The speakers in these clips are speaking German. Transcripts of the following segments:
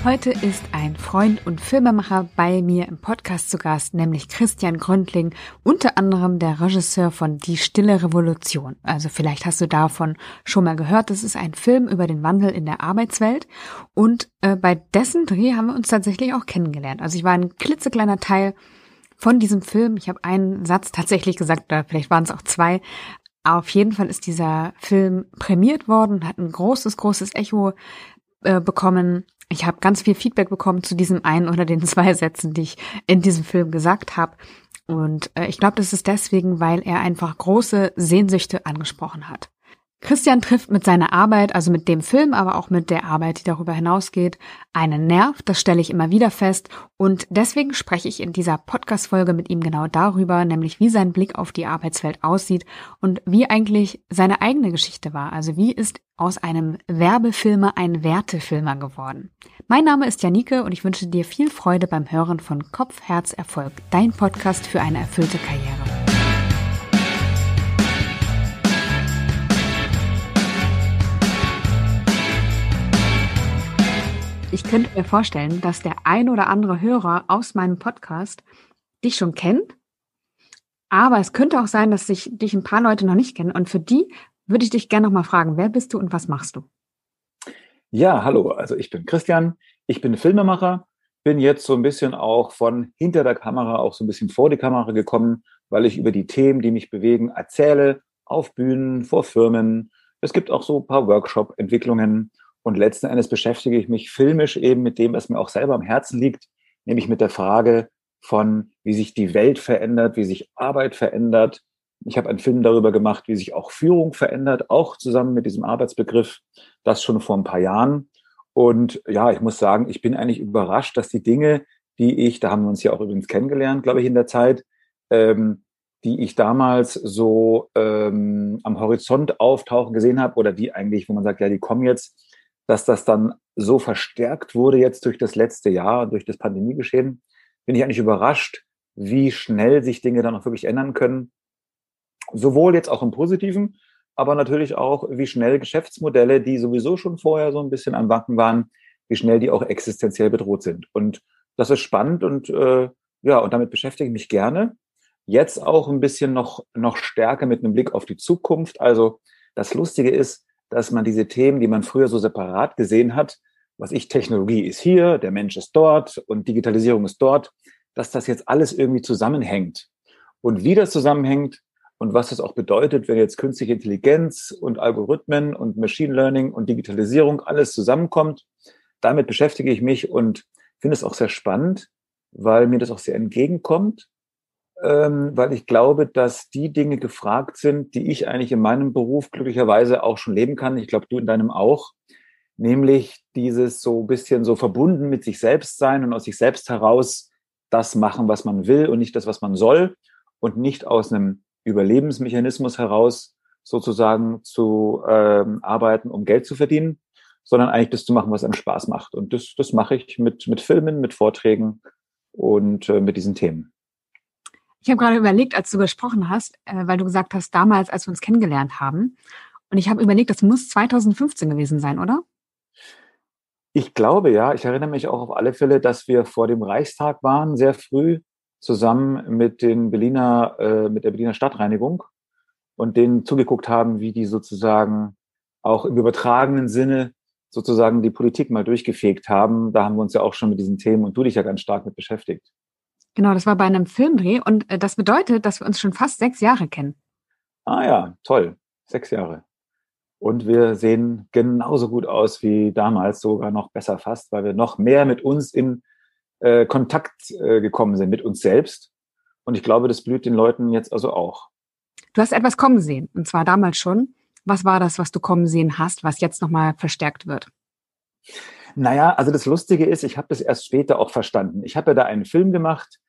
Heute ist ein Freund und Filmemacher bei mir im Podcast zu Gast, nämlich Christian Gründling, unter anderem der Regisseur von Die Stille Revolution. Also vielleicht hast du davon schon mal gehört. Das ist ein Film über den Wandel in der Arbeitswelt und bei dessen Dreh haben wir uns tatsächlich auch kennengelernt. Also ich war ein klitzekleiner Teil von diesem Film. Ich habe einen Satz tatsächlich gesagt, oder vielleicht waren es auch zwei. Auf jeden Fall ist dieser Film prämiert worden, hat ein großes Echo bekommen. Ich habe ganz viel Feedback bekommen zu diesem einen oder den zwei Sätzen, die ich in diesem Film gesagt habe. Und ich glaube, das ist deswegen, weil er einfach große Sehnsüchte angesprochen hat. Christian trifft mit seiner Arbeit, also mit dem Film, aber auch mit der Arbeit, die darüber hinausgeht, einen Nerv. Das stelle ich immer wieder fest. Und deswegen spreche ich in dieser Podcast-Folge mit ihm genau darüber, nämlich wie sein Blick auf die Arbeitswelt aussieht und wie eigentlich seine eigene Geschichte war. Also wie ist aus einem Werbefilmer ein Wertefilmer geworden. Mein Name ist Janike und ich wünsche dir viel Freude beim Hören von Kopf, Herz, Erfolg, dein Podcast für eine erfüllte Karriere. Ich könnte mir vorstellen, dass der ein oder andere Hörer aus meinem Podcast dich schon kennt, aber es könnte auch sein, dass dich ein paar Leute noch nicht kennen und für die würde ich dich gerne noch mal fragen, wer bist du und was machst du? Ja, hallo, also ich bin Christian, ich bin Filmemacher, bin jetzt so ein bisschen auch von hinter der Kamera auch so ein bisschen vor die Kamera gekommen, weil ich über die Themen, die mich bewegen, erzähle, auf Bühnen, vor Firmen. Es gibt auch so ein paar Workshop-Entwicklungen und letzten Endes beschäftige ich mich filmisch eben mit dem, was mir auch selber am Herzen liegt, nämlich mit der Frage von, wie sich die Welt verändert, wie sich Arbeit verändert. Ich habe einen Film darüber gemacht, wie sich auch Führung verändert, auch zusammen mit diesem Arbeitsbegriff, das schon vor ein paar Jahren. Und ja, ich muss sagen, ich bin eigentlich überrascht, dass die Dinge, da haben wir uns ja auch übrigens kennengelernt, glaube ich, in der Zeit, die ich damals so am Horizont auftauchen gesehen habe oder die eigentlich, wo man sagt, ja, die kommen jetzt, dass das dann so verstärkt wurde jetzt durch das letzte Jahr, durch das Pandemiegeschehen, bin ich eigentlich überrascht, wie schnell sich Dinge dann auch wirklich ändern können. Sowohl jetzt auch im Positiven, aber natürlich auch, wie schnell Geschäftsmodelle, die sowieso schon vorher so ein bisschen am Wanken waren, wie schnell die auch existenziell bedroht sind. Und das ist spannend und ja, und damit beschäftige ich mich gerne. Jetzt auch ein bisschen noch stärker mit einem Blick auf die Zukunft. Also das Lustige ist, dass man diese Themen, die man früher so separat gesehen hat, Technologie ist hier, der Mensch ist dort und Digitalisierung ist dort, dass das jetzt alles irgendwie zusammenhängt. Und wie das zusammenhängt und was das auch bedeutet, wenn jetzt künstliche Intelligenz und Algorithmen und Machine Learning und Digitalisierung alles zusammenkommt, damit beschäftige ich mich und finde es auch sehr spannend, weil mir das auch sehr entgegenkommt, weil ich glaube, dass die Dinge gefragt sind, die ich eigentlich in meinem Beruf glücklicherweise auch schon leben kann. Ich glaube, du in deinem auch. Nämlich dieses so ein bisschen so verbunden mit sich selbst sein und aus sich selbst heraus das machen, was man will und nicht das, was man soll und nicht aus einem Überlebensmechanismus heraus sozusagen zu arbeiten, um Geld zu verdienen, sondern eigentlich das zu machen, was einem Spaß macht. Und das mache ich mit Filmen, mit Vorträgen und mit diesen Themen. Ich habe gerade überlegt, als du gesprochen hast, weil du gesagt hast, damals, als wir uns kennengelernt haben. Und ich habe überlegt, das muss 2015 gewesen sein, oder? Ich glaube, ja. Ich erinnere mich auch auf alle Fälle, dass wir vor dem Reichstag waren, sehr früh, zusammen mit mit der Berliner Stadtreinigung und denen zugeguckt haben, wie die sozusagen auch im übertragenen Sinne sozusagen die Politik mal durchgefegt haben. Da haben wir uns ja auch schon mit diesen Themen und du dich ja ganz stark mit beschäftigt. Genau, das war bei einem Filmdreh und das bedeutet, dass wir uns schon fast 6 Jahre kennen. Ah ja, toll. 6 Jahre. Und wir sehen genauso gut aus wie damals, sogar noch besser fast, weil wir noch mehr mit uns in Kontakt gekommen sind, mit uns selbst. Und ich glaube, das blüht den Leuten jetzt also auch. Du hast etwas kommen sehen, und zwar damals schon. Was war das, was du kommen sehen hast, was jetzt nochmal verstärkt wird? Naja, also das Lustige ist, ich habe das erst später auch verstanden. Ich habe ja da einen Film gemacht,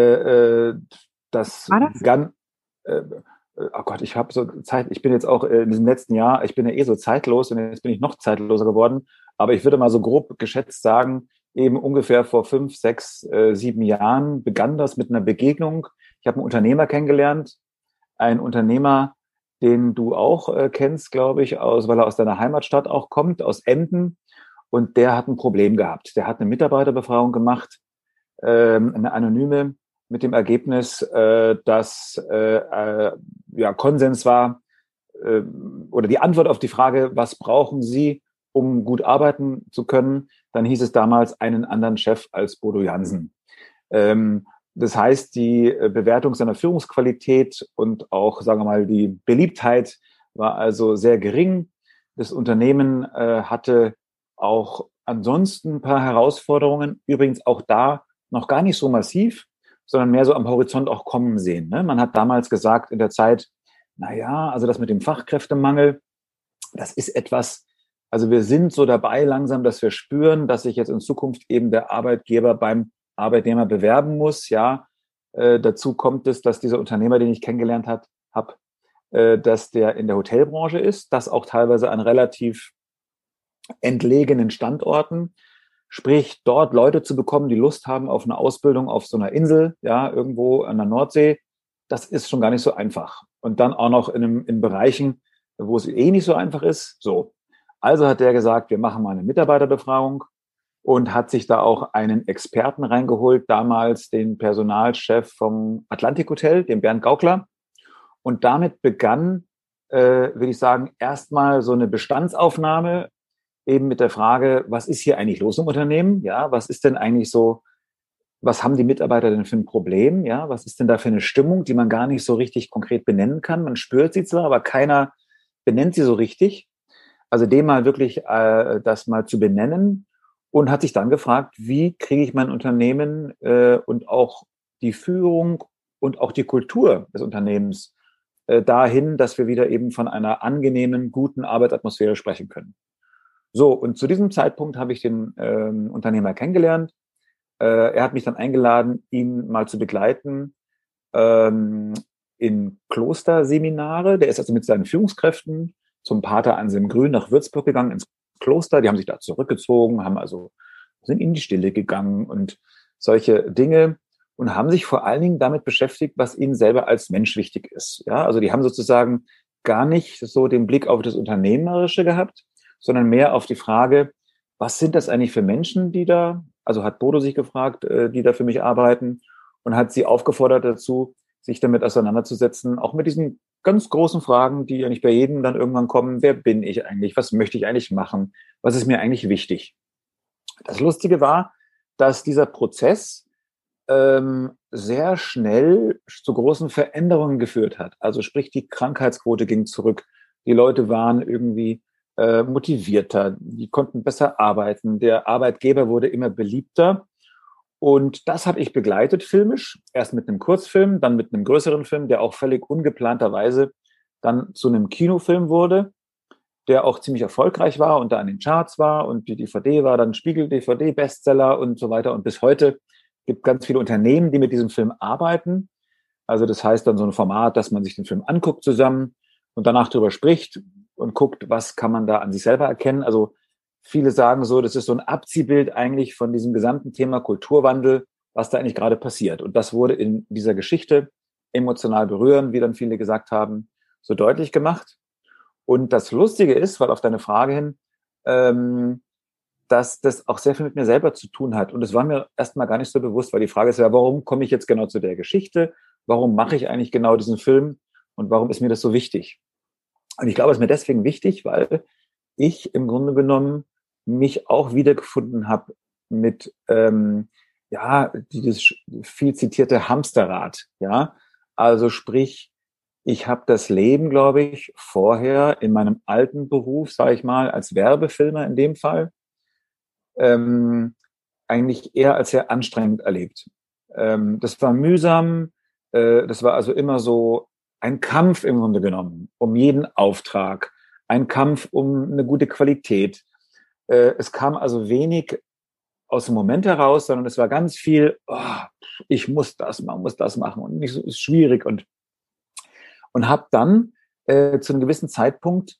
das begann, oh Gott, ich habe so Zeit, ich bin jetzt auch in diesem letzten Jahr, ich bin ja eh so zeitlos und jetzt bin ich noch zeitloser geworden, aber ich würde mal so grob geschätzt sagen, eben ungefähr vor 5, 6, 7 Jahren begann das mit einer Begegnung. Ich habe einen Unternehmer kennengelernt, einen Unternehmer, den du auch kennst, glaube ich, weil er aus deiner Heimatstadt auch kommt, aus Emden. Und der hat ein Problem gehabt. Der hat eine Mitarbeiterbefragung gemacht, eine anonyme, mit dem Ergebnis, dass ja, Konsens war, oder die Antwort auf die Frage, was brauchen Sie, um gut arbeiten zu können, dann hieß es damals einen anderen Chef als Bodo Jansen. Das heißt, die Bewertung seiner Führungsqualität und auch, sagen wir mal, die Beliebtheit war also sehr gering. Das Unternehmen hatte auch ansonsten ein paar Herausforderungen, übrigens auch da noch gar nicht so massiv, sondern mehr so am Horizont auch kommen sehen. Ne? Man hat damals gesagt in der Zeit, naja, also das mit dem Fachkräftemangel, das ist etwas, also wir sind so dabei langsam, dass wir spüren, dass sich jetzt in Zukunft eben der Arbeitgeber beim Arbeitnehmer bewerben muss. Ja, dazu kommt es, dass dieser Unternehmer, den ich kennengelernt habe, dass der in der Hotelbranche ist, das auch teilweise an relativ entlegenen Standorten. Sprich, dort Leute zu bekommen, die Lust haben auf eine Ausbildung auf so einer Insel, ja, irgendwo an der Nordsee, das ist schon gar nicht so einfach. Und dann auch noch in Bereichen, wo es eh nicht so einfach ist. So. Also hat der gesagt, wir machen mal eine Mitarbeiterbefragung und hat sich da auch einen Experten reingeholt, damals den Personalchef vom Atlantik Hotel, den Bernd Gaukler. Und damit begann, würde ich sagen, erstmal so eine Bestandsaufnahme eben mit der Frage, was ist hier eigentlich los im Unternehmen? Ja, was ist denn eigentlich so, was haben die Mitarbeiter denn für ein Problem? Ja, was ist denn da für eine Stimmung, die man gar nicht so richtig konkret benennen kann? Man spürt sie zwar, aber keiner benennt sie so richtig. Also dem mal wirklich das mal zu benennen und hat sich dann gefragt, wie kriege ich mein Unternehmen und auch die Führung und auch die Kultur des Unternehmens dahin, dass wir wieder eben von einer angenehmen, guten Arbeitsatmosphäre sprechen können. So, und zu diesem Zeitpunkt habe ich den Unternehmer kennengelernt. Er hat mich dann eingeladen, ihn mal zu begleiten in Klosterseminare. Der ist also mit seinen Führungskräften zum Pater Anselm Grün nach Würzburg gegangen, ins Kloster. Die haben sich da zurückgezogen, sind in die Stille gegangen und solche Dinge und haben sich vor allen Dingen damit beschäftigt, was ihnen selber als Mensch wichtig ist. Ja, also die haben sozusagen gar nicht so den Blick auf das Unternehmerische gehabt, sondern mehr auf die Frage, was sind das eigentlich für Menschen, die da, also hat Bodo sich gefragt, die da für mich arbeiten und hat sie aufgefordert dazu, sich damit auseinanderzusetzen, auch mit diesen ganz großen Fragen, die ja nicht bei jedem dann irgendwann kommen. Wer bin ich eigentlich? Was möchte ich eigentlich machen? Was ist mir eigentlich wichtig? Das Lustige war, dass dieser Prozess sehr schnell zu großen Veränderungen geführt hat. Also sprich, die Krankheitsquote ging zurück. Die Leute waren irgendwie motivierter, die konnten besser arbeiten. Der Arbeitgeber wurde immer beliebter. Und das habe ich begleitet filmisch. Erst mit einem Kurzfilm, dann mit einem größeren Film, der auch völlig ungeplanterweise dann zu einem Kinofilm wurde, der auch ziemlich erfolgreich war und da an den Charts war. Und die DVD war dann Spiegel-DVD-Bestseller und so weiter. Und bis heute gibt ganz viele Unternehmen, die mit diesem Film arbeiten. Also das heißt dann so ein Format, dass man sich den Film anguckt zusammen und danach darüber spricht und guckt, was kann man da an sich selber erkennen. Also viele sagen so, das ist so ein Abziehbild eigentlich von diesem gesamten Thema Kulturwandel, was da eigentlich gerade passiert. Und das wurde in dieser Geschichte emotional berührend, wie dann viele gesagt haben, so deutlich gemacht. Und das Lustige ist, weil auf deine Frage hin, dass das auch sehr viel mit mir selber zu tun hat. Und es war mir erstmal gar nicht so bewusst, weil die Frage ist ja, warum komme ich jetzt genau zu der Geschichte? Warum mache ich eigentlich genau diesen Film? Und warum ist mir das so wichtig? Und ich glaube, es ist mir deswegen wichtig, weil ich im Grunde genommen mich auch wiedergefunden habe mit ja, dieses viel zitierte Hamsterrad. Ja, also sprich, ich habe das Leben, glaube ich, vorher in meinem alten Beruf, sage ich mal, als Werbefilmer in dem Fall, eigentlich eher als sehr anstrengend erlebt. Das war mühsam, das war also immer so ein Kampf im Grunde genommen um jeden Auftrag, ein Kampf um eine gute Qualität. Es kam also wenig aus dem Moment heraus, sondern es war ganz viel, oh, ich muss das machen und nicht so, ist schwierig und habe dann zu einem gewissen Zeitpunkt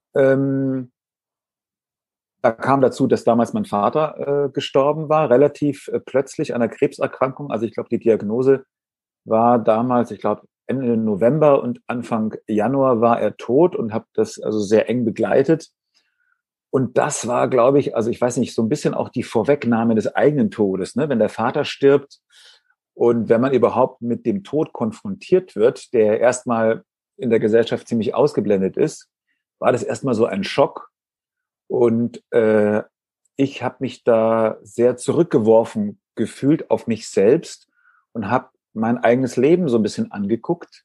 da kam dazu, dass damals mein Vater gestorben war, relativ plötzlich an einer Krebserkrankung. Also ich glaube, die Diagnose war damals, ich glaube, Ende November und Anfang Januar war er tot und habe das also sehr eng begleitet. Und das war, glaube ich, also ich weiß nicht, so ein bisschen auch die Vorwegnahme des eigenen Todes, ne? Wenn der Vater stirbt und wenn man überhaupt mit dem Tod konfrontiert wird, der erstmal in der Gesellschaft ziemlich ausgeblendet ist, war das erstmal so ein Schock. Und ich habe mich da sehr zurückgeworfen gefühlt auf mich selbst und habe mein eigenes Leben so ein bisschen angeguckt.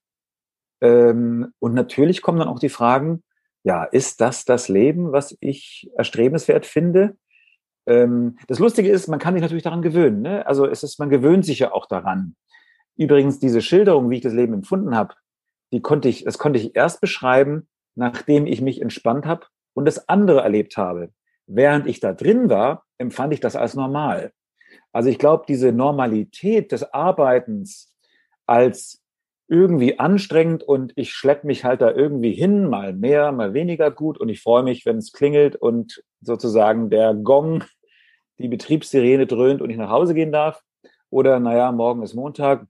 Und natürlich kommen dann auch die Fragen, ja, ist das Leben, was ich erstrebenswert finde? Das Lustige ist, man kann sich natürlich daran gewöhnen. Ne? Also man gewöhnt sich ja auch daran. Übrigens, diese Schilderung, wie ich das Leben empfunden habe, das konnte ich erst beschreiben, nachdem ich mich entspannt habe und das andere erlebt habe. Während ich da drin war, empfand ich das als normal. Also ich glaube, diese Normalität des Arbeitens als irgendwie anstrengend und ich schleppe mich halt da irgendwie hin, mal mehr, mal weniger gut und ich freue mich, wenn es klingelt und sozusagen der Gong, die Betriebssirene dröhnt und ich nach Hause gehen darf. Oder naja, morgen ist Montag,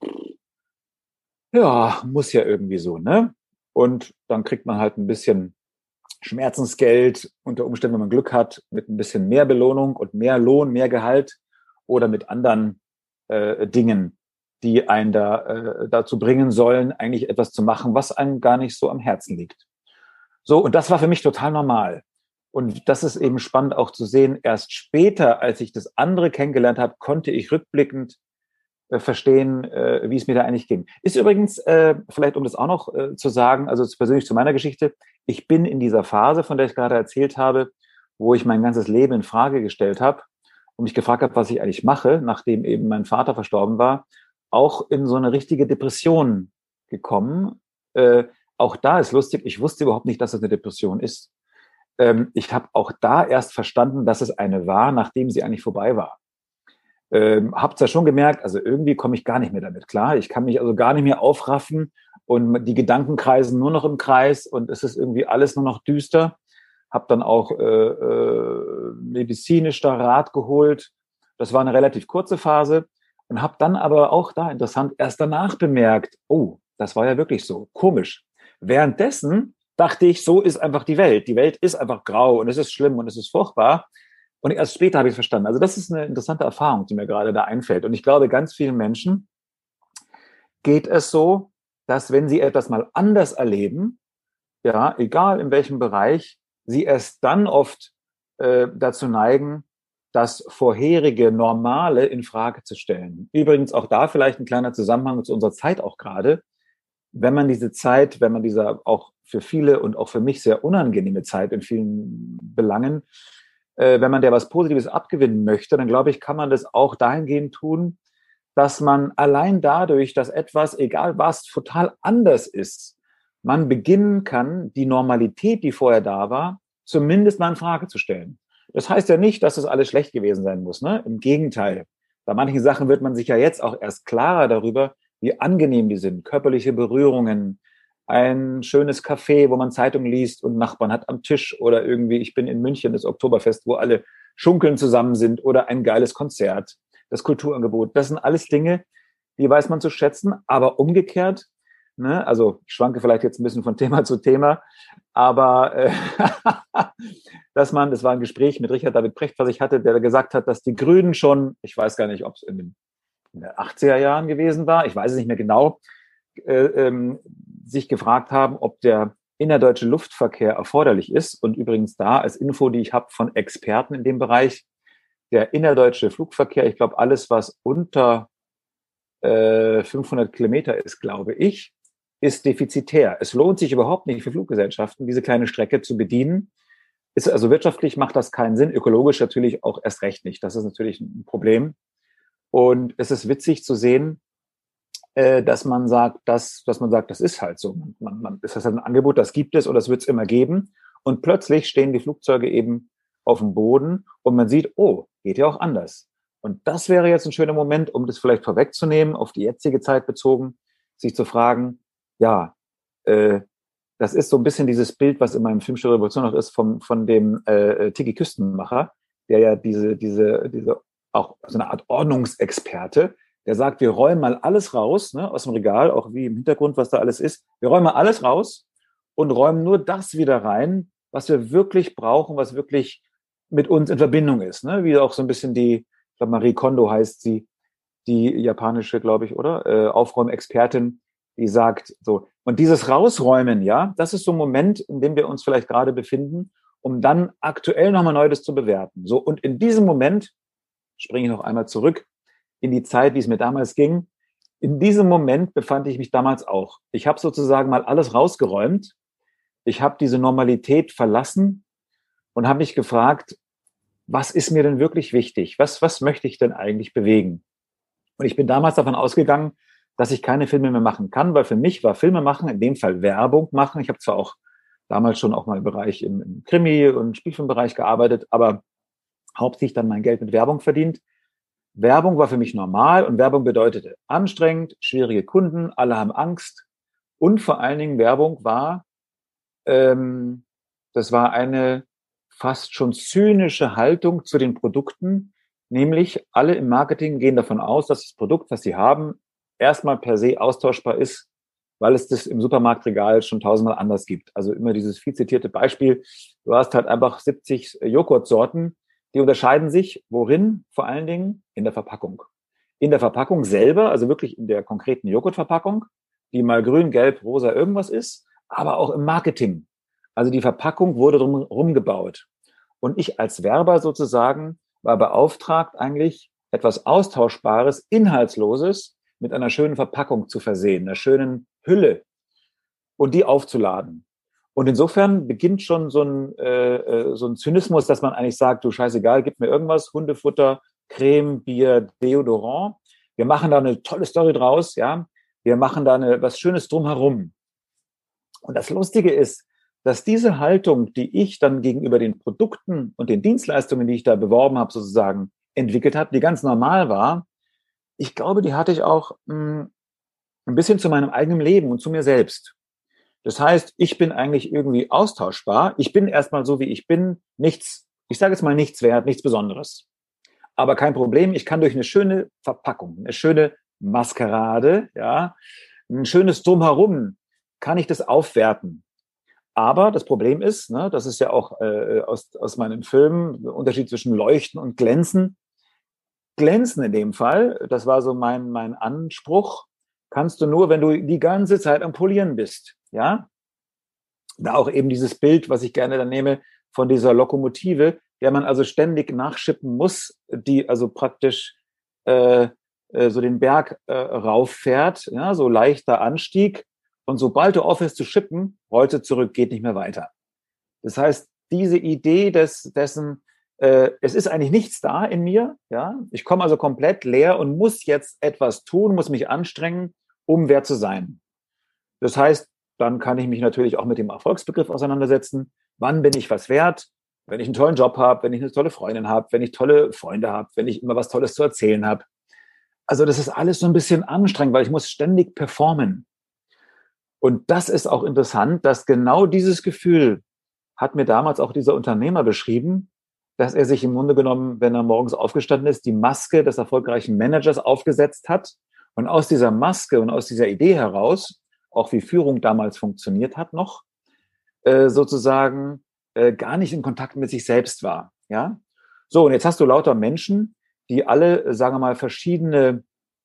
ja, muss ja irgendwie so, ne? Und dann kriegt man halt ein bisschen Schmerzensgeld, unter Umständen, wenn man Glück hat, mit ein bisschen mehr Belohnung und mehr Lohn, mehr Gehalt oder mit anderen Dingen, die einen dazu bringen sollen, eigentlich etwas zu machen, was einem gar nicht so am Herzen liegt. So, und das war für mich total normal. Und das ist eben spannend auch zu sehen. Erst später, als ich das andere kennengelernt habe, konnte ich rückblickend verstehen, wie es mir da eigentlich ging. Ist übrigens, vielleicht um das auch noch zu sagen, also persönlich zu meiner Geschichte, ich bin in dieser Phase, von der ich gerade erzählt habe, wo ich mein ganzes Leben in Frage gestellt habe und mich gefragt habe, was ich eigentlich mache, nachdem eben mein Vater verstorben war, auch in so eine richtige Depression gekommen. Auch da ist lustig, ich wusste überhaupt nicht, dass es eine Depression ist. Ich habe auch da erst verstanden, dass es eine war, nachdem sie eigentlich vorbei war. Hab's ja schon gemerkt, also irgendwie komme ich gar nicht mehr damit klar. Ich kann mich also gar nicht mehr aufraffen und die Gedanken kreisen nur noch im Kreis und es ist irgendwie alles nur noch düster. Hab dann auch medizinisch da Rat geholt. Das war eine relativ kurze Phase und habe dann aber auch da interessant erst danach bemerkt, oh, das war ja wirklich so komisch. Währenddessen dachte ich, so ist einfach die Welt. Die Welt ist einfach grau und es ist schlimm und es ist furchtbar. Und erst später habe ich es verstanden. Also das ist eine interessante Erfahrung, die mir gerade da einfällt. Und ich glaube, ganz vielen Menschen geht es so, dass wenn sie etwas mal anders erleben, ja, egal in welchem Bereich, sie erst dann oft dazu neigen, das vorherige Normale in Frage zu stellen. Übrigens auch da vielleicht ein kleiner Zusammenhang zu unserer Zeit auch gerade. Wenn man diese auch für viele und auch für mich sehr unangenehme Zeit in vielen Belangen, wenn man der was Positives abgewinnen möchte, dann glaube ich, kann man das auch dahingehend tun, dass man allein dadurch, dass etwas, egal was, total anders ist, man beginnen kann, die Normalität, die vorher da war, zumindest mal in Frage zu stellen. Das heißt ja nicht, dass das alles schlecht gewesen sein muss, ne? Im Gegenteil. Bei manchen Sachen wird man sich ja jetzt auch erst klarer darüber, wie angenehm die sind. Körperliche Berührungen, ein schönes Café, wo man Zeitung liest und Nachbarn hat am Tisch oder irgendwie, ich bin in München, das Oktoberfest, wo alle schunkeln zusammen sind oder ein geiles Konzert, das Kulturangebot. Das sind alles Dinge, die weiß man zu schätzen, aber umgekehrt, ne, also ich schwanke vielleicht jetzt ein bisschen von Thema zu Thema, aber das war ein Gespräch mit Richard David Precht, was ich hatte, der gesagt hat, dass die Grünen schon, ich weiß gar nicht, ob es in den 80er Jahren gewesen war, ich weiß es nicht mehr genau, sich gefragt haben, ob der innerdeutsche Luftverkehr erforderlich ist. Und übrigens da als Info, die ich habe von Experten in dem Bereich, der innerdeutsche Flugverkehr, ich glaube, alles, was unter 500 Kilometer ist, glaube ich, ist defizitär. Es lohnt sich überhaupt nicht für Fluggesellschaften, diese kleine Strecke zu bedienen. Also wirtschaftlich macht das keinen Sinn, ökologisch natürlich auch erst recht nicht. Das ist natürlich ein Problem. Und es ist witzig zu sehen, dass man sagt, das ist halt so. Das ist halt ein Angebot, das gibt es und das wird es immer geben. Und plötzlich stehen die Flugzeuge eben auf dem Boden und man sieht, oh, geht ja auch anders. Und das wäre jetzt ein schöner Moment, um das vielleicht vorwegzunehmen, auf die jetzige Zeit bezogen, sich zu fragen, ja, das ist so ein bisschen dieses Bild, was in meinem Film Stille Revolution noch ist, von dem Tiki Küstenmacher, der ja diese auch so eine Art Ordnungsexperte, der sagt, wir räumen mal alles raus, ne, aus dem Regal, auch wie im Hintergrund, was da alles ist. Wir räumen mal alles raus und räumen nur das wieder rein, was wir wirklich brauchen, was wirklich mit uns in Verbindung ist. Ne? Wie auch so ein bisschen ich glaube, Marie Kondo heißt sie, die japanische, glaube ich, oder? Aufräumexpertin, die sagt so. Und dieses Rausräumen, ja, das ist so ein Moment, in dem wir uns vielleicht gerade befinden, um dann aktuell nochmal Neues zu bewerten. So, und in diesem Moment springe ich noch einmal zurück in die Zeit, wie es mir damals ging. In diesem Moment befand ich mich damals auch. Ich habe sozusagen mal alles rausgeräumt. Ich habe diese Normalität verlassen und habe mich gefragt, was ist mir denn wirklich wichtig? Was möchte ich denn eigentlich bewegen? Und ich bin damals davon ausgegangen, dass ich keine Filme mehr machen kann, weil für mich war Filme machen, in dem Fall Werbung machen. Ich habe zwar auch damals schon auch mal im Bereich im Krimi- und Spielfilmbereich gearbeitet, aber hauptsächlich dann mein Geld mit Werbung verdient. Werbung war für mich normal und Werbung bedeutete anstrengend, schwierige Kunden, alle haben Angst und vor allen Dingen Werbung war, das war eine fast schon zynische Haltung zu den Produkten, nämlich alle im Marketing gehen davon aus, dass das Produkt, was sie haben, erstmal per se austauschbar ist, weil es das im Supermarktregal schon tausendmal anders gibt. Also immer dieses viel zitierte Beispiel, du hast halt einfach 70 Joghurtsorten, die unterscheiden sich, worin? Vor allen Dingen in der Verpackung. In der Verpackung selber, also wirklich in der konkreten Joghurtverpackung, die mal grün, gelb, rosa irgendwas ist, aber auch im Marketing. Also die Verpackung wurde drumherum gebaut. Und ich als Werber sozusagen war beauftragt, eigentlich etwas Austauschbares, Inhaltsloses mit einer schönen Verpackung zu versehen, einer schönen Hülle und die aufzuladen. Und insofern beginnt schon so ein Zynismus, dass man eigentlich sagt, du scheißegal, gib mir irgendwas, Hundefutter, Creme, Bier, Deodorant. Wir machen da eine tolle Story draus, ja. Wir machen da was Schönes drumherum. Und das Lustige ist, dass diese Haltung, die ich dann gegenüber den Produkten und den Dienstleistungen, die ich da beworben habe, sozusagen entwickelt habe, die ganz normal war, ich glaube, die hatte ich auch ein bisschen zu meinem eigenen Leben und zu mir selbst. Das heißt, ich bin eigentlich irgendwie austauschbar. Ich bin erstmal so, wie ich bin, nichts, ich sage jetzt mal nichts wert, nichts Besonderes. Aber kein Problem, ich kann durch eine schöne Verpackung, eine schöne Maskerade, ja, ein schönes Drumherum, kann ich das aufwerten. Aber das Problem ist, ne, das ist ja auch aus meinen Filmen, der Unterschied zwischen Leuchten und Glänzen. Glänzen in dem Fall, das war so mein Anspruch, kannst du nur, wenn du die ganze Zeit am Polieren bist. Ja, da auch eben dieses Bild, was ich gerne dann nehme, von dieser Lokomotive, der man also ständig nachschippen muss, die also praktisch so den Berg rauffährt, ja, so leichter Anstieg. Und sobald du aufhörst zu schippen, rollt sie zurück, geht nicht mehr weiter. Das heißt, diese Idee dessen, es ist eigentlich nichts da in mir, ja, ich komme also komplett leer und muss jetzt etwas tun, muss mich anstrengen, um wer zu sein. Das heißt, dann kann ich mich natürlich auch mit dem Erfolgsbegriff auseinandersetzen. Wann bin ich was wert? Wenn ich einen tollen Job habe, wenn ich eine tolle Freundin habe, wenn ich tolle Freunde habe, wenn ich immer was Tolles zu erzählen habe. Also das ist alles so ein bisschen anstrengend, weil ich muss ständig performen. Und das ist auch interessant, dass genau dieses Gefühl hat mir damals auch dieser Unternehmer beschrieben, dass er sich im Grunde genommen, wenn er morgens aufgestanden ist, die Maske des erfolgreichen Managers aufgesetzt hat und aus dieser Maske und aus dieser Idee heraus, auch wie Führung damals funktioniert hat noch, sozusagen gar nicht in Kontakt mit sich selbst war. Ja, so, und jetzt hast du lauter Menschen, die alle, sagen wir mal, verschiedene,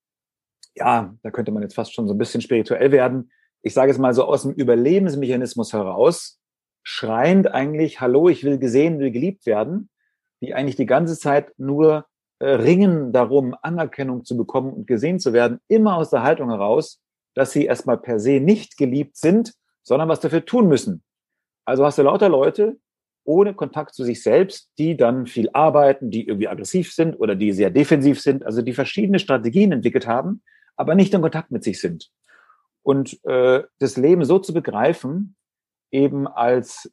ja, da könnte man jetzt fast schon so ein bisschen spirituell werden, ich sage es mal so aus dem Überlebensmechanismus heraus, schreiend eigentlich, hallo, ich will gesehen, will geliebt werden, die eigentlich die ganze Zeit nur ringen darum, Anerkennung zu bekommen und gesehen zu werden, immer aus der Haltung heraus, dass sie erstmal per se nicht geliebt sind, sondern was dafür tun müssen. Also hast du lauter Leute ohne Kontakt zu sich selbst, die dann viel arbeiten, die irgendwie aggressiv sind oder die sehr defensiv sind, also die verschiedene Strategien entwickelt haben, aber nicht in Kontakt mit sich sind. Und das Leben so zu begreifen, eben als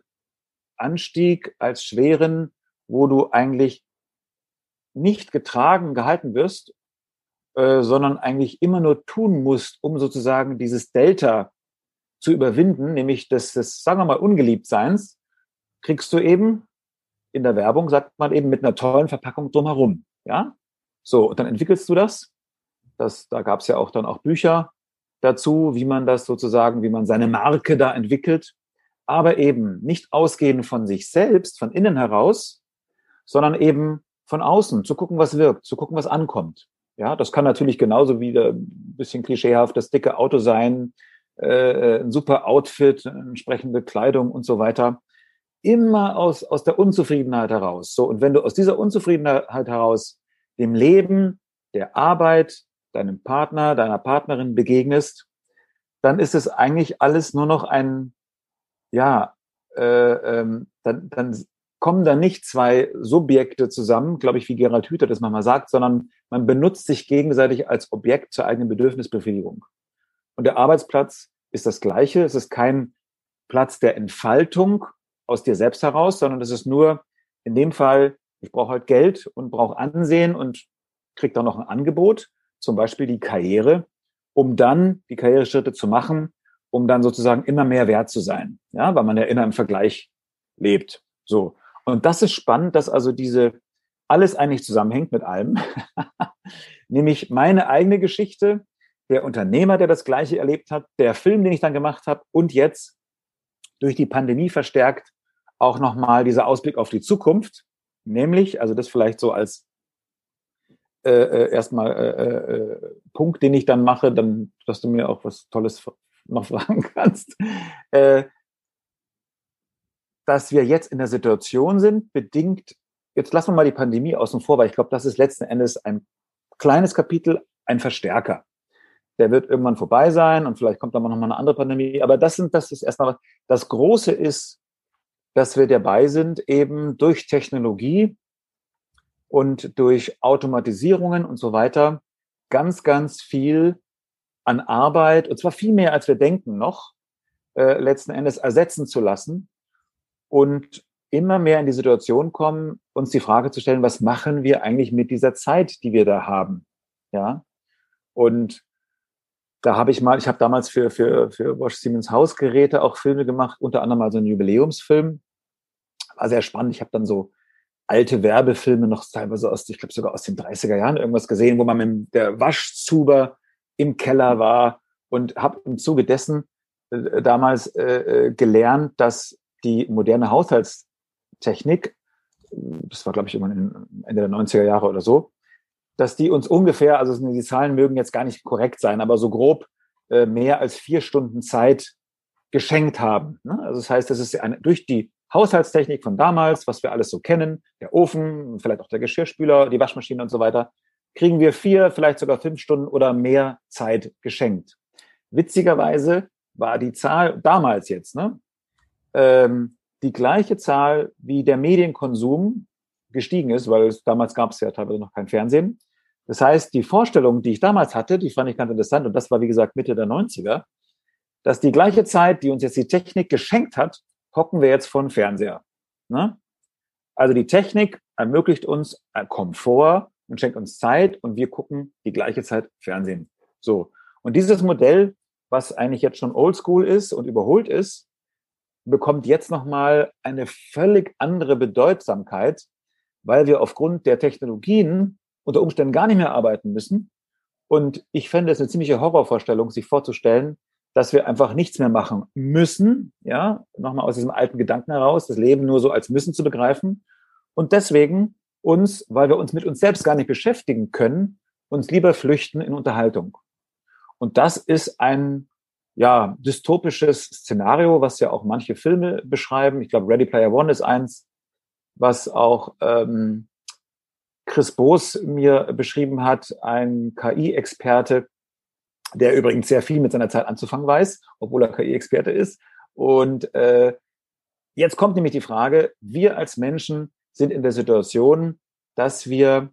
Anstieg, als schweren, wo du eigentlich nicht getragen, gehalten wirst, sondern eigentlich immer nur tun musst, um sozusagen dieses Delta zu überwinden, nämlich des, sagen wir mal, Ungeliebtseins, kriegst du eben in der Werbung, sagt man eben, mit einer tollen Verpackung drumherum. Ja? So, und dann entwickelst du das. Da gab es ja auch dann auch Bücher dazu, wie man das sozusagen, wie man seine Marke da entwickelt. aber eben nicht ausgehend von sich selbst, von innen heraus, sondern eben von außen, zu gucken, was wirkt, zu gucken, was ankommt. Ja, das kann natürlich genauso wieder ein bisschen klischeehaft das dicke Auto sein, ein super Outfit, entsprechende Kleidung und so weiter. Immer aus der Unzufriedenheit heraus. So, und wenn du aus dieser Unzufriedenheit heraus dem Leben, der Arbeit, deinem Partner, deiner Partnerin begegnest, dann ist es eigentlich alles nur noch ein, ja, dann kommen da nicht zwei Subjekte zusammen, glaube ich, wie Gerald Hüther das manchmal sagt, sondern man benutzt sich gegenseitig als Objekt zur eigenen Bedürfnisbefriedigung. Und der Arbeitsplatz ist das Gleiche. Es ist kein Platz der Entfaltung aus dir selbst heraus, sondern es ist nur in dem Fall, ich brauche halt Geld und brauche Ansehen und kriege dann noch ein Angebot, zum Beispiel die Karriere, um dann die Karriereschritte zu machen, um dann sozusagen immer mehr wert zu sein, ja, weil man ja immer im Vergleich lebt. So. Und das ist spannend, dass also alles eigentlich zusammenhängt mit allem. Nämlich meine eigene Geschichte, der Unternehmer, der das Gleiche erlebt hat, der Film, den ich dann gemacht habe und jetzt durch die Pandemie verstärkt auch nochmal dieser Ausblick auf die Zukunft, nämlich, also das vielleicht so als erstmal Punkt, den ich dann mache, dann, dass du mir auch was Tolles noch fragen kannst, dass wir jetzt in der Situation sind, bedingt, jetzt lassen wir mal die Pandemie außen vor, weil ich glaube, das ist letzten Endes ein kleines Kapitel, ein Verstärker. Der wird irgendwann vorbei sein und vielleicht kommt dann noch mal eine andere Pandemie. Aber das ist erstmal, das Große ist, dass wir dabei sind, eben durch Technologie und durch Automatisierungen und so weiter ganz, ganz viel an Arbeit, und zwar viel mehr, als wir denken noch, letzten Endes ersetzen zu lassen und immer mehr in die Situation kommen, uns die Frage zu stellen, was machen wir eigentlich mit dieser Zeit, die wir da haben? Ja. Und da habe ich damals für Bosch Siemens Hausgeräte auch Filme gemacht, unter anderem mal so einen Jubiläumsfilm. War sehr spannend. Ich habe dann so alte Werbefilme noch teilweise ich glaube sogar aus den 30er Jahren irgendwas gesehen, wo man mit der Waschzuber im Keller war und habe im Zuge dessen damals gelernt, dass die moderne Haushaltstechnik, das war glaube ich irgendwann Ende der 90er Jahre oder so, dass die uns ungefähr, also die Zahlen mögen jetzt gar nicht korrekt sein, aber so grob mehr als 4 Stunden Zeit geschenkt haben. Ne? Also das heißt, das ist durch die Haushaltstechnik von damals, was wir alles so kennen, der Ofen, vielleicht auch der Geschirrspüler, die Waschmaschine und so weiter, kriegen wir 4, vielleicht sogar 5 Stunden oder mehr Zeit geschenkt. Witzigerweise war die Zahl damals jetzt, ne, die gleiche Zahl, wie der Medienkonsum gestiegen ist, weil damals gab es ja teilweise noch kein Fernsehen. Das heißt, die Vorstellung, die ich damals hatte, die fand ich ganz interessant, und das war, wie gesagt, Mitte der 90er, dass die gleiche Zeit, die uns jetzt die Technik geschenkt hat, hocken wir jetzt vor dem Fernseher. Ne? Also die Technik ermöglicht uns Komfort und schenkt uns Zeit und wir gucken die gleiche Zeit Fernsehen. So. Und dieses Modell, was eigentlich jetzt schon oldschool ist und überholt ist, bekommt jetzt nochmal eine völlig andere Bedeutsamkeit, weil wir aufgrund der Technologien unter Umständen gar nicht mehr arbeiten müssen. Und ich fände es eine ziemliche Horrorvorstellung, sich vorzustellen, dass wir einfach nichts mehr machen müssen, ja, nochmal aus diesem alten Gedanken heraus, das Leben nur so als müssen zu begreifen. Und deswegen weil wir uns mit uns selbst gar nicht beschäftigen können, uns lieber flüchten in Unterhaltung. Und das ist ein, ja, dystopisches Szenario, was ja auch manche Filme beschreiben. Ich glaube, Ready Player One ist eins, was auch Chris Boos mir beschrieben hat, ein KI-Experte, der übrigens sehr viel mit seiner Zeit anzufangen weiß, obwohl er KI-Experte ist. Und jetzt kommt nämlich die Frage, wir als Menschen sind in der Situation, dass wir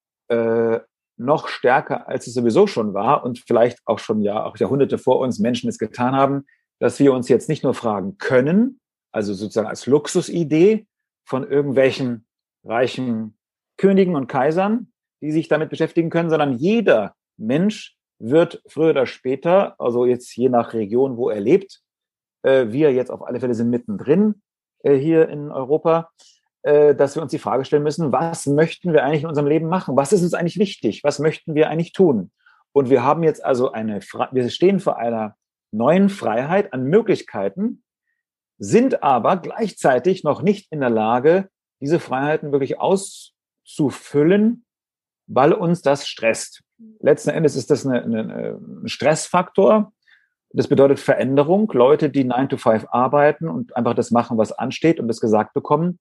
noch stärker, als es sowieso schon war und vielleicht auch schon auch Jahrhunderte vor uns Menschen es getan haben, dass wir uns jetzt nicht nur fragen können, also sozusagen als Luxusidee von irgendwelchen reichen Königen und Kaisern, die sich damit beschäftigen können, sondern jeder Mensch wird früher oder später, also jetzt je nach Region, wo er lebt, wir jetzt auf alle Fälle sind mittendrin hier in Europa, dass wir uns die Frage stellen müssen, was möchten wir eigentlich in unserem Leben machen? Was ist uns eigentlich wichtig? Was möchten wir eigentlich tun? Und wir haben jetzt also wir stehen vor einer neuen Freiheit an Möglichkeiten, sind aber gleichzeitig noch nicht in der Lage, diese Freiheiten wirklich auszufüllen, weil uns das stresst. Letzten Endes ist das ein Stressfaktor. Das bedeutet Veränderung. Leute, die 9 to 5 arbeiten und einfach das machen, was ansteht und das gesagt bekommen,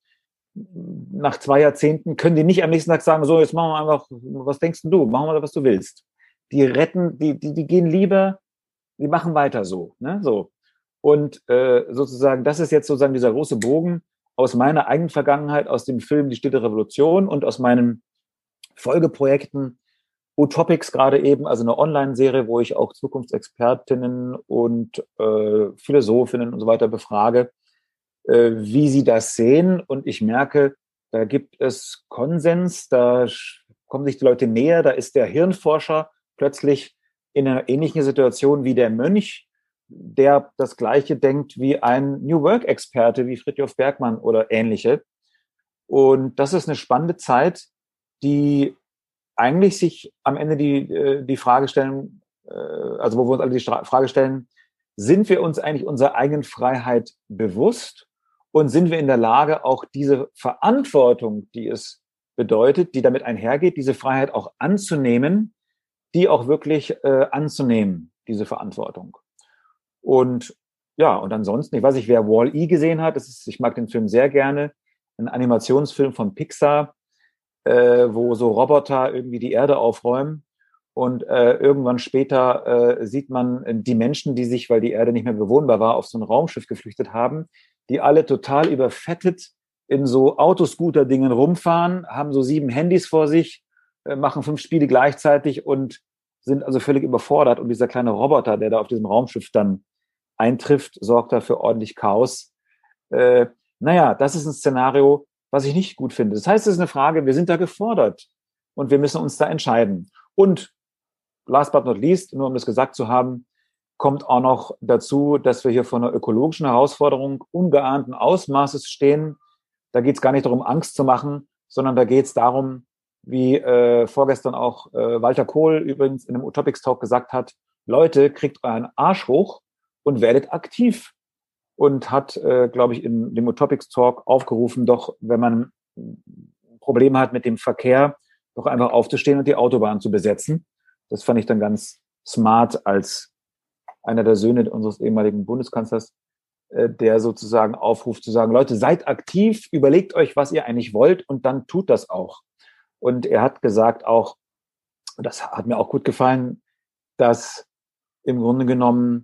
nach 2 Jahrzehnten können die nicht am nächsten Tag sagen, so, jetzt machen wir einfach, was denkst du? Machen wir, was du willst. Die gehen lieber, die machen weiter so, ne, so. Und sozusagen, das ist jetzt sozusagen dieser große Bogen aus meiner eigenen Vergangenheit, aus dem Film Die Stille Revolution und aus meinen Folgeprojekten, Utopics gerade eben, also eine Online-Serie, wo ich auch Zukunftsexpertinnen und Philosophinnen und so weiter befrage, wie sie das sehen. Und ich merke, da gibt es Konsens, da kommen sich die Leute näher, da ist der Hirnforscher plötzlich in einer ähnlichen Situation wie der Mönch, der das Gleiche denkt wie ein New Work-Experte wie Fridtjof Bergmann oder ähnliche. Und das ist eine spannende Zeit, die eigentlich sich am Ende die Frage stellen, also wo wir uns alle die Frage stellen, sind wir uns eigentlich unserer eigenen Freiheit bewusst und sind wir in der Lage, auch diese Verantwortung, die es bedeutet, die damit einhergeht, diese Freiheit auch anzunehmen, die auch wirklich anzunehmen, diese Verantwortung. Und ja, und ansonsten, ich weiß nicht, wer Wall-E gesehen hat, ich mag den Film sehr gerne, ein Animationsfilm von Pixar, wo so Roboter irgendwie die Erde aufräumen. Und irgendwann später sieht man die Menschen, die sich, weil die Erde nicht mehr bewohnbar war, auf so ein Raumschiff geflüchtet haben, die alle total überfettet in so Autoscooter-Dingen rumfahren, haben so 7 Handys vor sich, machen 5 Spiele gleichzeitig und sind also völlig überfordert. Und dieser kleine Roboter, der da auf diesem Raumschiff dann eintrifft, sorgt da für ordentlich Chaos. Naja, das ist ein Szenario, was ich nicht gut finde. Das heißt, es ist eine Frage, wir sind da gefordert und wir müssen uns da entscheiden. Und last but not least, nur um das gesagt zu haben, kommt auch noch dazu, dass wir hier vor einer ökologischen Herausforderung ungeahnten Ausmaßes stehen. Da geht es gar nicht darum, Angst zu machen, sondern da geht es darum, wie vorgestern auch Walter Kohl übrigens in einem Utopics Talk gesagt hat, Leute, kriegt euren Arsch hoch und werdet aktiv. Und hat, glaube ich, in dem Utopics Talk aufgerufen, doch, wenn man Probleme hat mit dem Verkehr, doch einfach aufzustehen und die Autobahn zu besetzen. Das fand ich dann ganz smart als einer der Söhne unseres ehemaligen Bundeskanzlers, der sozusagen aufruft zu sagen, Leute, seid aktiv, überlegt euch, was ihr eigentlich wollt und dann tut das auch. Und er hat gesagt auch, das hat mir auch gut gefallen, dass im Grunde genommen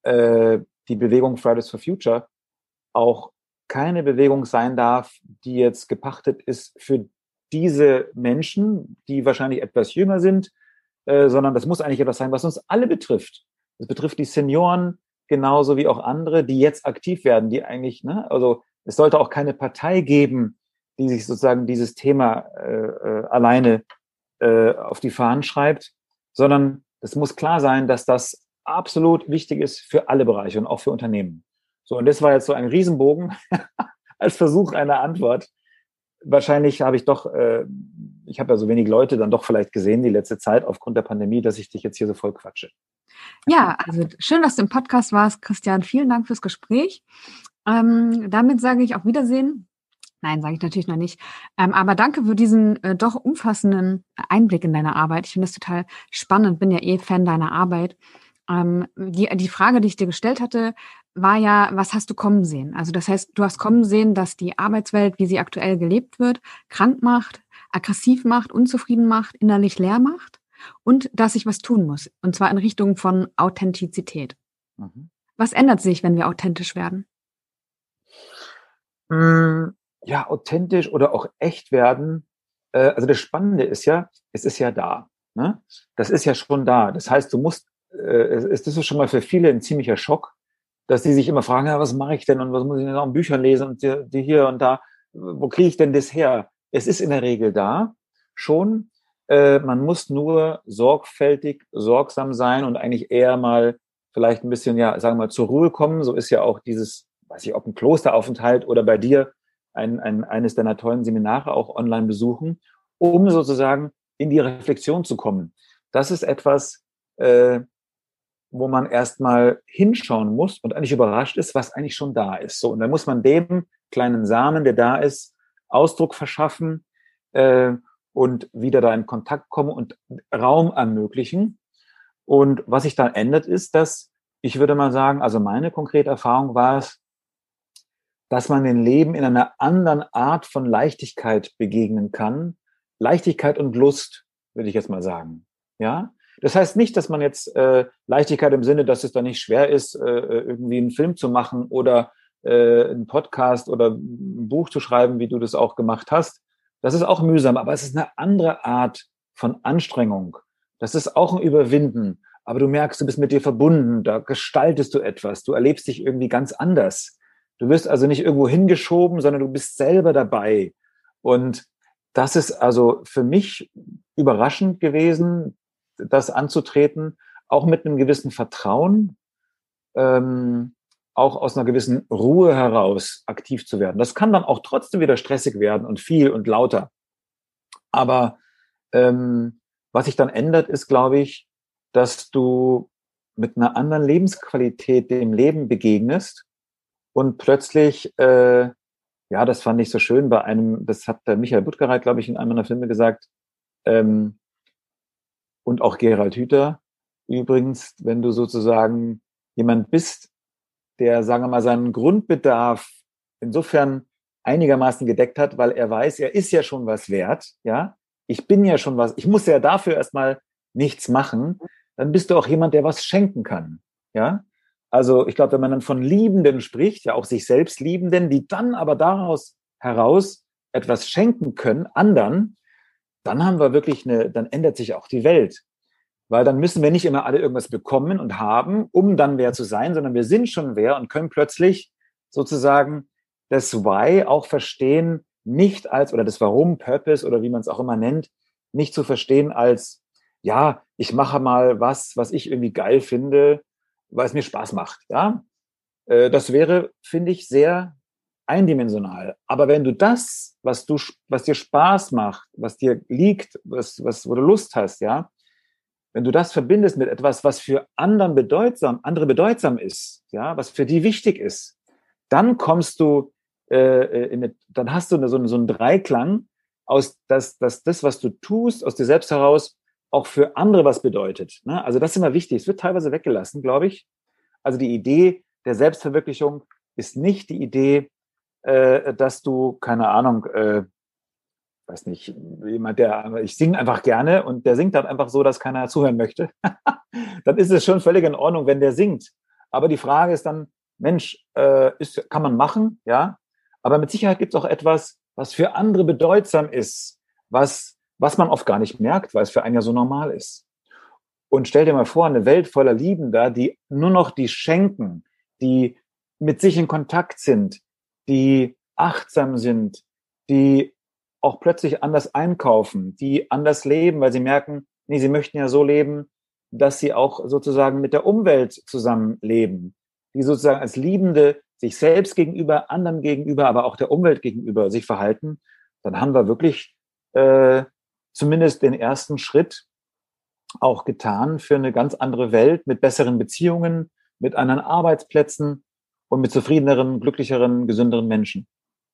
die Bewegung Fridays for Future auch keine Bewegung sein darf, die jetzt gepachtet ist für diese Menschen, die wahrscheinlich etwas jünger sind, sondern das muss eigentlich etwas sein, was uns alle betrifft. Das betrifft die Senioren genauso wie auch andere, die jetzt aktiv werden, die eigentlich, ne, also es sollte auch keine Partei geben, die sich sozusagen dieses Thema alleine auf die Fahnen schreibt, sondern es muss klar sein, dass das absolut wichtig ist für alle Bereiche und auch für Unternehmen. So, und das war jetzt so ein Riesenbogen als Versuch einer Antwort. Wahrscheinlich habe ich doch, ich habe ja so wenig Leute dann doch vielleicht gesehen die letzte Zeit aufgrund der Pandemie, dass ich dich jetzt hier so voll quatsche. Ja, also schön, dass du im Podcast warst, Christian. Vielen Dank fürs Gespräch. Damit sage ich auf Wiedersehen. Nein, sage ich natürlich noch nicht. Aber danke für diesen doch umfassenden Einblick in deine Arbeit. Ich finde das total spannend, bin ja Fan deiner Arbeit. Die Frage, die ich dir gestellt hatte, war ja, was hast du kommen sehen? Also das heißt, du hast kommen sehen, dass die Arbeitswelt, wie sie aktuell gelebt wird, krank macht, aggressiv macht, unzufrieden macht, innerlich leer macht und dass ich was tun muss. Und zwar in Richtung von Authentizität. Mhm. Was ändert sich, wenn wir authentisch werden? Ja, authentisch oder auch echt werden. Also das Spannende ist ja, es ist ja da. Ne? Das ist ja schon da. Das heißt, du musst, das ist schon mal für viele ein ziemlicher Schock, dass die sich immer fragen, ja, was mache ich denn und was muss ich denn auch in Büchern lesen und die hier und da, wo kriege ich denn das her? Es ist in der Regel da schon. Man muss nur sorgfältig, sorgsam sein und eigentlich eher mal vielleicht ein bisschen, ja, sagen wir mal, zur Ruhe kommen. So ist ja auch dieses, weiß ich, ob ein Klosteraufenthalt oder bei dir eines deiner tollen Seminare auch online besuchen, um sozusagen in die Reflexion zu kommen. Das ist etwas, wo man erstmal hinschauen muss und eigentlich überrascht ist, was eigentlich schon da ist. So, und dann muss man dem kleinen Samen, der da ist, Ausdruck verschaffen und wieder da in Kontakt kommen und Raum ermöglichen. Und was sich dann ändert, ist, dass ich würde mal sagen, also meine konkrete Erfahrung war es, dass man dem Leben in einer anderen Art von Leichtigkeit begegnen kann. Leichtigkeit und Lust, würde ich jetzt mal sagen. Ja, das heißt nicht, dass man jetzt Leichtigkeit im Sinne, dass es da nicht schwer ist, irgendwie einen Film zu machen oder einen Podcast oder ein Buch zu schreiben, wie du das auch gemacht hast. Das ist auch mühsam, aber es ist eine andere Art von Anstrengung. Das ist auch ein Überwinden. Aber du merkst, du bist mit dir verbunden, da gestaltest du etwas, du erlebst dich irgendwie ganz anders. Du wirst also nicht irgendwo hingeschoben, sondern du bist selber dabei. Und das ist also für mich überraschend gewesen, das anzutreten, auch mit einem gewissen Vertrauen, auch aus einer gewissen Ruhe heraus aktiv zu werden. Das kann dann auch trotzdem wieder stressig werden und viel und lauter. Aber was sich dann ändert, ist, glaube ich, dass du mit einer anderen Lebensqualität dem Leben begegnest und plötzlich, ja, das fand ich so schön bei einem, das hat der Michael Buttgereit, glaube ich, in einem meiner Filme gesagt, und auch Gerald Hüther übrigens, wenn du sozusagen jemand bist, der, sagen wir mal, seinen Grundbedarf insofern einigermaßen gedeckt hat, weil er weiß, er ist ja schon was wert, ja, ich bin ja schon was, ich muss ja dafür erstmal nichts machen, dann bist du auch jemand, der was schenken kann, ja. Also ich glaube, wenn man dann von Liebenden spricht, ja auch sich selbst Liebenden, die dann aber daraus heraus etwas schenken können, anderen, dann haben wir wirklich dann ändert sich auch die Welt. Weil dann müssen wir nicht immer alle irgendwas bekommen und haben, um dann wer zu sein, sondern wir sind schon wer und können plötzlich sozusagen das Why auch verstehen, nicht als, oder das Warum, Purpose oder wie man es auch immer nennt, nicht zu verstehen als, ja, ich mache mal was ich irgendwie geil finde, weil es mir Spaß macht, ja. Das wäre, finde ich, sehr eindimensional. Aber wenn du das, was dir Spaß macht, was dir liegt, wo du Lust hast, ja, wenn du das verbindest mit etwas, was für andere bedeutsam ist, ja, was für die wichtig ist, dann kommst du, dann hast du so einen Dreiklang aus, dass das, was du tust, aus dir selbst heraus auch für andere was bedeutet. Ne? Also das ist immer wichtig. Es wird teilweise weggelassen, glaube ich. Also die Idee der Selbstverwirklichung ist nicht die Idee, dass du, keine Ahnung, weiß nicht, jemand, ich singe einfach gerne und der singt dann einfach so, dass keiner zuhören möchte. Dann ist es schon völlig in Ordnung, wenn der singt. Aber die Frage ist dann, Mensch, kann man machen, ja. Aber mit Sicherheit gibt es auch etwas, was für andere bedeutsam ist, was man oft gar nicht merkt, weil es für einen ja so normal ist. Und stell dir mal vor, eine Welt voller Liebender, die nur noch die schenken, die mit sich in Kontakt sind, die achtsam sind, die auch plötzlich anders einkaufen, die anders leben, weil sie merken, nee, sie möchten ja so leben, dass sie auch sozusagen mit der Umwelt zusammenleben, die sozusagen als Liebende sich selbst gegenüber, anderen gegenüber, aber auch der Umwelt gegenüber sich verhalten, dann haben wir wirklich zumindest den ersten Schritt auch getan für eine ganz andere Welt mit besseren Beziehungen, mit anderen Arbeitsplätzen und mit zufriedeneren, glücklicheren, gesünderen Menschen.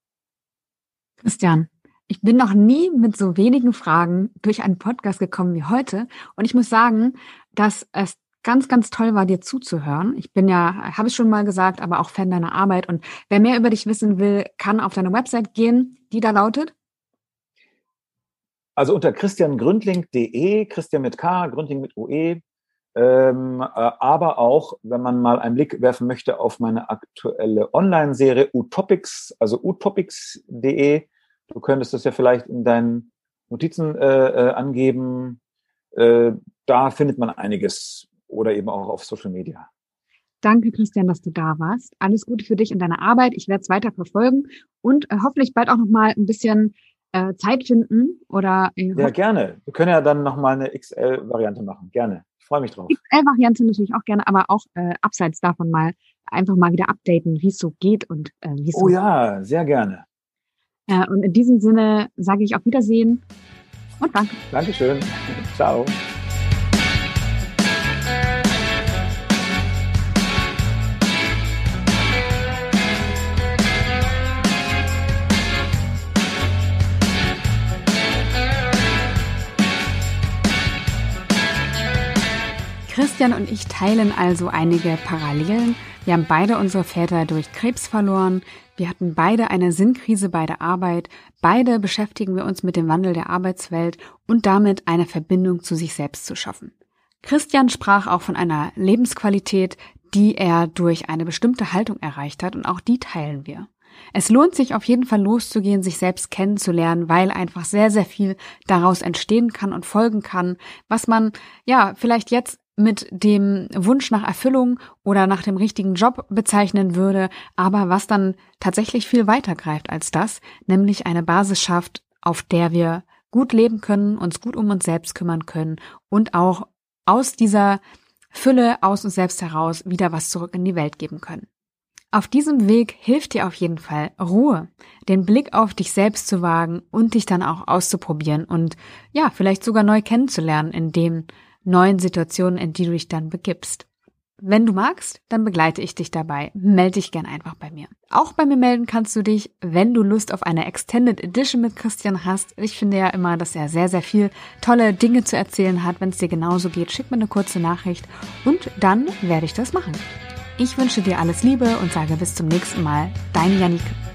Christian, ich bin noch nie mit so wenigen Fragen durch einen Podcast gekommen wie heute. Und ich muss sagen, dass es ganz, ganz toll war, dir zuzuhören. Ich bin ja, habe ich schon mal gesagt, aber auch Fan deiner Arbeit. Und wer mehr über dich wissen will, kann auf deine Website gehen, die da lautet? Also unter christiangründling.de, Christian mit K, Gründling mit OE, aber auch, wenn man mal einen Blick werfen möchte auf meine aktuelle Online-Serie Utopics, also utopics.de. Du könntest das ja vielleicht in deinen Notizen angeben. Da findet man einiges oder eben auch auf Social Media. Danke, Christian, dass du da warst. Alles Gute für dich und deine Arbeit. Ich werde es weiter verfolgen und hoffentlich bald auch noch mal ein bisschen Zeit finden oder ja, gerne. Wir können ja dann nochmal eine XL-Variante machen. Gerne. Ich freue mich drauf. XL-Variante natürlich auch gerne, aber auch abseits davon einfach mal wieder updaten, wie es so geht und wie es so. Oh ja, sehr gerne. Und in diesem Sinne sage ich auf Wiedersehen und danke. Dankeschön. Ciao. Christian und ich teilen also einige Parallelen. Wir haben beide unsere Väter durch Krebs verloren. Wir hatten beide eine Sinnkrise bei der Arbeit. Beide beschäftigen wir uns mit dem Wandel der Arbeitswelt und damit eine Verbindung zu sich selbst zu schaffen. Christian sprach auch von einer Lebensqualität, die er durch eine bestimmte Haltung erreicht hat, und auch die teilen wir. Es lohnt sich auf jeden Fall loszugehen, sich selbst kennenzulernen, weil einfach sehr, sehr viel daraus entstehen kann und folgen kann, was man vielleicht jetzt mit dem Wunsch nach Erfüllung oder nach dem richtigen Job bezeichnen würde, aber was dann tatsächlich viel weiter greift als das, nämlich eine Basis schafft, auf der wir gut leben können, uns gut um uns selbst kümmern können und auch aus dieser Fülle aus uns selbst heraus wieder was zurück in die Welt geben können. Auf diesem Weg hilft dir auf jeden Fall Ruhe, den Blick auf dich selbst zu wagen und dich dann auch auszuprobieren und vielleicht sogar neu kennenzulernen in den neuen Situationen, in die du dich dann begibst. Wenn du magst, dann begleite ich dich dabei. Melde dich gern einfach bei mir. Auch bei mir melden kannst du dich, wenn du Lust auf eine Extended Edition mit Christian hast. Ich finde ja immer, dass er sehr, sehr viel tolle Dinge zu erzählen hat. Wenn es dir genauso geht, schick mir eine kurze Nachricht und dann werde ich das machen. Ich wünsche dir alles Liebe und sage bis zum nächsten Mal. Deine Janike.